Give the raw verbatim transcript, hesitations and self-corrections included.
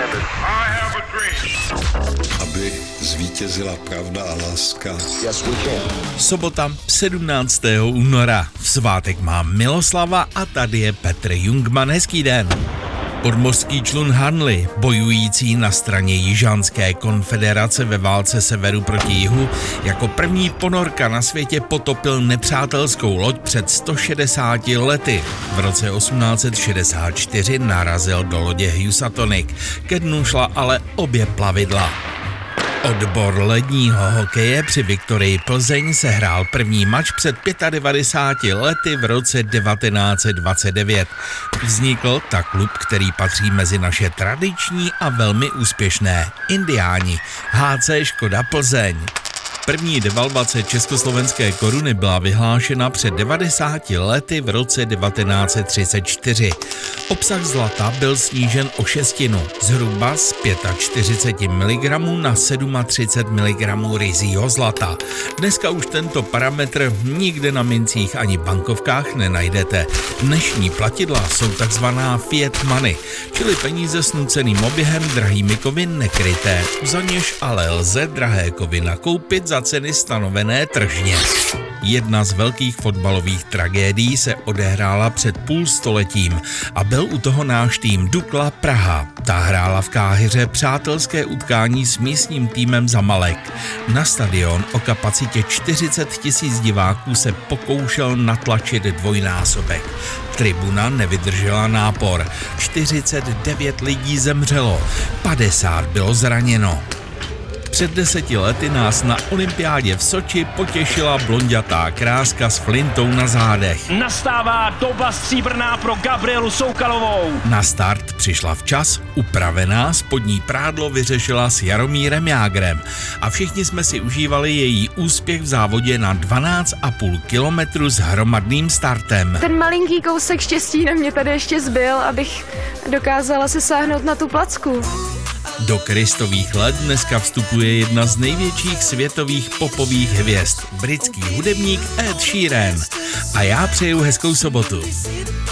Aby zvítězila pravda a láska. Sobota sedmnáctého února. V svátek má Miloslava a tady je Petr Jungmann. Hezký den. Podmořský člun Hanley, bojující na straně Jižanské konfederace ve válce severu proti jihu, jako první ponorka na světě potopil nepřátelskou loď před sto šedesáti lety. V roce osmnáct set šedesát čtyři narazil do lodě Housatonic. Ke dnu šla ale obě plavidla. Odbor ledního hokeje při Viktorii Plzeň sehrál první mač před devadesáti pěti lety v roce devatenáct set dvacet devět. Vznikl tak klub, který patří mezi naše tradiční a velmi úspěšné Indiáni, H C Škoda Plzeň. První devalvace československé koruny byla vyhlášena před devadesáti lety v roce devatenáct set třicet čtyři. Obsah zlata byl snížen o šestinu, zhruba z čtyřicet pět miligramů na třicet sedm miligramů ryzího zlata. Dneska už tento parametr nikde na mincích ani bankovkách nenajdete. Dnešní platidla jsou takzvaná fiat money, čili peníze s nuceným oběhem, drahými kovy nekryté. Za něž ale lze drahé kovy nakoupit za ceny stanovené tržně. Jedna z velkých fotbalových tragédií se odehrála před půl stoletím a byl u toho náš tým Dukla Praha. Ta hrála v Káhiře přátelské utkání s místním týmem Zamalek. Na stadion o kapacitě čtyřicet tisíc diváků se pokoušel natlačit dvojnásobek. Tribuna nevydržela nápor. čtyřicet devět lidí zemřelo, padesát bylo zraněno. Před deseti lety nás na olympiádě v Soči potěšila blonďatá kráska s flintou na zádech. Nastává doba stříbrná pro Gabrielu Soukalovou. Na start přišla včas, upravená, spodní prádlo vyřešila s Jaromírem Jágrem a všichni jsme si užívali její úspěch v závodě na dvanáct a půl kilometru s hromadným startem. Ten malinký kousek štěstí na mě tady ještě zbyl, abych dokázala se sáhnout na tu placku. Do Kristových let dneska vstupuje jedna z největších světových popových hvězd, britský hudebník Ed Sheeran. A já přeju hezkou sobotu.